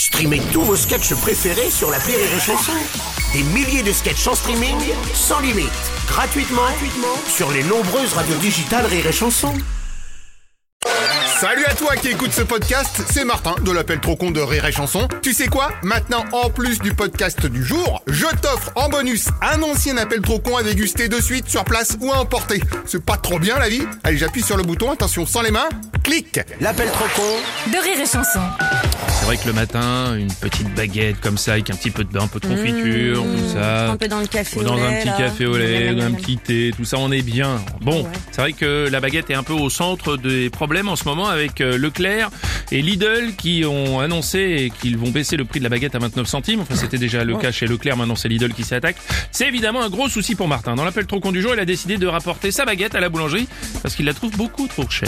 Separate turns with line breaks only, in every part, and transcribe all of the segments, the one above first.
Streamez tous vos sketchs préférés sur l'appli Rire et Chanson. Des milliers de sketchs en streaming, sans limite, gratuitement sur les nombreuses radios digitales Rire et Chanson.
Salut à toi qui écoute ce podcast, c'est Martin de l'appel trop con de Rire et Chanson. Tu sais quoi? Maintenant, en plus du podcast du jour, je t'offre en bonus un ancien appel trop con à déguster de suite sur place ou à emporter. C'est pas trop bien la vie? Allez, j'appuie sur le bouton, attention, sans les mains, clique.
L'appel trop con
de Rire et Chanson.
C'est vrai que le matin, une petite baguette comme ça avec un petit peu de beurre, un peu de confiture, tout ça.
Un peu dans le café
Ou dans
au lait,
un petit
là.
café au lait,
Miam,
un
miam,
petit thé, tout ça, on est bien. Bon,
Ouais.
c'est vrai que la baguette est un peu au centre des problèmes en ce moment avec Leclerc et Lidl qui ont annoncé qu'ils vont baisser le prix de la baguette à 29 centimes. Enfin, c'était déjà le cas chez Leclerc, maintenant c'est Lidl qui s'attaque. C'est évidemment un gros souci pour Martin. Dans l'appel trop con du jour, il a décidé de rapporter sa baguette à la boulangerie parce qu'il la trouve beaucoup trop chère.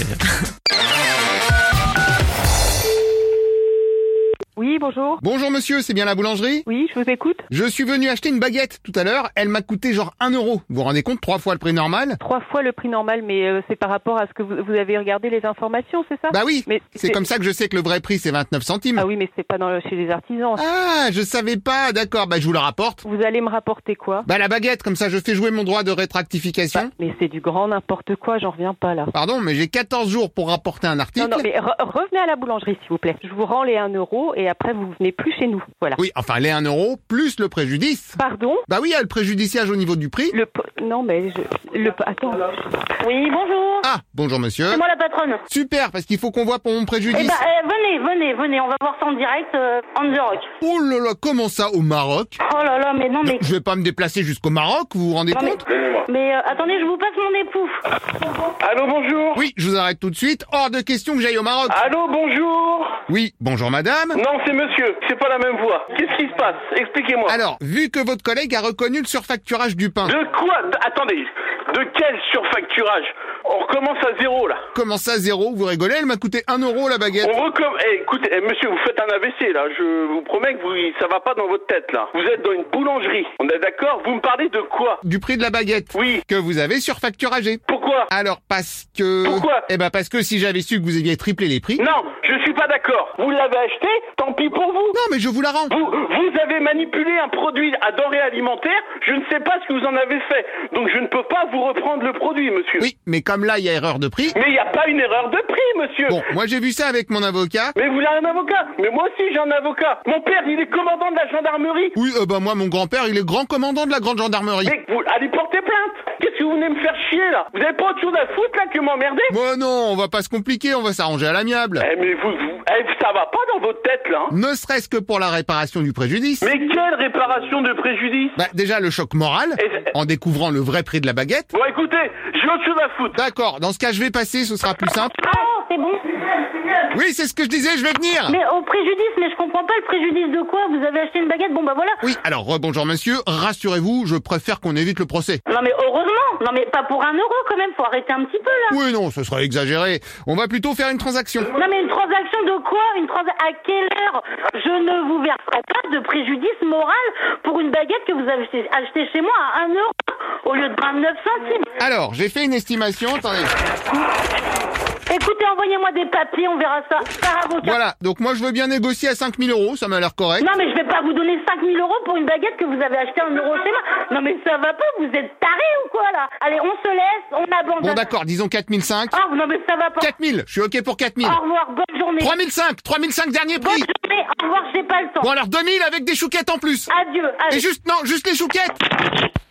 Oui, bonjour.
Bonjour monsieur, c'est bien la boulangerie?
Oui, je vous écoute.
Je suis venu acheter une baguette tout à l'heure, elle m'a coûté genre 1 euro. Vous vous rendez compte, 3 fois le prix normal?
3 fois le prix normal, mais c'est par rapport à ce que vous avez regardé les informations, c'est ça?
Bah oui,
Mais
c'est comme ça que je sais que le vrai prix c'est 29 centimes.
Ah oui, mais c'est pas chez les artisans.
Ah, je savais pas, d'accord, bah je vous le rapporte.
Vous allez me rapporter quoi?
Bah la baguette, comme ça je fais jouer mon droit de rétractification.
Mais c'est du grand n'importe quoi, j'en reviens pas là.
Pardon, mais j'ai 14 jours pour rapporter un article.
Non, mais revenez à la boulangerie, s'il vous plaît. Je vous rends les 1 euro et après vous venez plus chez nous. Voilà.
Oui, enfin les 1 euro plus le préjudice.
Pardon?
Bah oui, il y a le préjudiciage au niveau du prix.
Non, mais attends.
Oui, bonjour.
Ah, bonjour monsieur.
C'est moi la patronne.
Super, parce qu'il faut qu'on voit pour mon
Eh
préjudice.
ben, venez, on va voir ça en direct, on the rock.
Oh là là, comment ça, au Maroc?
Oh là là, mais non, mais...
Je vais pas me déplacer jusqu'au Maroc, vous vous rendez
Non,
compte?
mais attendez, je vous passe mon époux.
Allô, bonjour.
Oui, je vous arrête tout de suite. Hors de question que j'aille au Maroc.
Allô, bonjour.
Oui, bonjour madame.
Non, c'est monsieur. C'est pas la même voix. Qu'est-ce qui se passe? Expliquez-moi.
Alors, vu que votre collègue a reconnu le surfacturage du pain.
De quoi? Attendez. De quel surfacturage? On recommence à zéro, là.
Comment ça, zéro? Vous rigolez? Elle m'a coûté 1 euro la baguette.
Écoutez, monsieur, vous faites un AVC, là. Je vous promets que ça va pas dans votre tête, là. Vous êtes dans une boulangerie. On est d'accord? Vous me parlez de quoi?
Du prix de la baguette.
Oui.
Que vous avez surfacturagé.
Pourquoi?
Alors, parce que...
Pourquoi?
Eh ben, parce que si j'avais su que vous aviez triplé les prix...
Non, je suis pas d'accord. Vous l'avez acheté, tant pis pour vous.
Non, mais je vous la rends.
Vous avez manipulé un produit à denrée alimentaire, je ne sais pas ce que vous en avez fait. Donc je ne peux pas vous reprendre le produit, monsieur.
Oui, mais comme là, il y a erreur de prix...
Mais il n'y a pas une erreur de prix, monsieur.
Bon, moi j'ai vu ça avec mon avocat.
Mais vous avez un avocat. Mais moi aussi j'ai un avocat. Mon père, il est commandant de la gendarmerie.
Oui, moi, mon grand-père, il est grand commandant de la grande gendarmerie.
Mais vous allez porter plainte. Qu'est-ce que vous venez me faire chier, là? Vous avez pas autre chose à foutre, là, que m'emmerder?
Moi non, on va pas se compliquer, on va s'arranger à l'amiable.
Mais ça va pas dans votre tête, là, hein?
Ne serait-ce que pour la réparation du préjudice.
Mais quelle réparation de préjudice?
Bah, déjà le choc moral, en découvrant le vrai prix de la baguette.
Bon, écoutez, j'ai autre chose à foutre.
D'accord, dans ce cas, je vais passer, ce sera plus simple.
Oh, c'est bon.
Oui, c'est ce que je disais, je vais venir.
Mais au préjudice, mais je comprends pas le préjudice de quoi? Vous avez acheté une baguette, bon bah voilà.
Oui, alors, bonjour monsieur, rassurez-vous, je préfère qu'on évite le procès.
Non mais heureusement, non mais pas pour 1 euro quand même, faut arrêter un petit peu là.
Oui, non, ce serait exagéré. On va plutôt faire une transaction.
Non mais une transaction de quoi? À quelle heure? Je ne vous verserai pas de préjudice moral pour une baguette que vous avez achetée chez moi à 1 euro au lieu de 29 centimes.
Alors, j'ai fait une estimation, attendez.
Écoutez, envoyez-moi des papiers, on verra ça par avocat.
Voilà, donc moi je veux bien négocier à 5 000 euros, ça m'a l'air correct.
Non mais je vais pas vous donner 5 000 euros pour une baguette que vous avez achetée à 1 euro chez moi. Non mais ça va pas, vous êtes tarés ou quoi là? Allez, on se laisse, on abandonne.
Bon d'accord, disons 4 500.
Oh non mais ça va pas.
4 000, je suis ok pour 4 000.
Au revoir, bonne journée.
3 500 dernier
Bonne
prix.
journée, au revoir, j'ai pas le temps.
Bon alors 2 000 avec des chouquettes en plus.
Adieu, allez.
Et juste les chouquettes.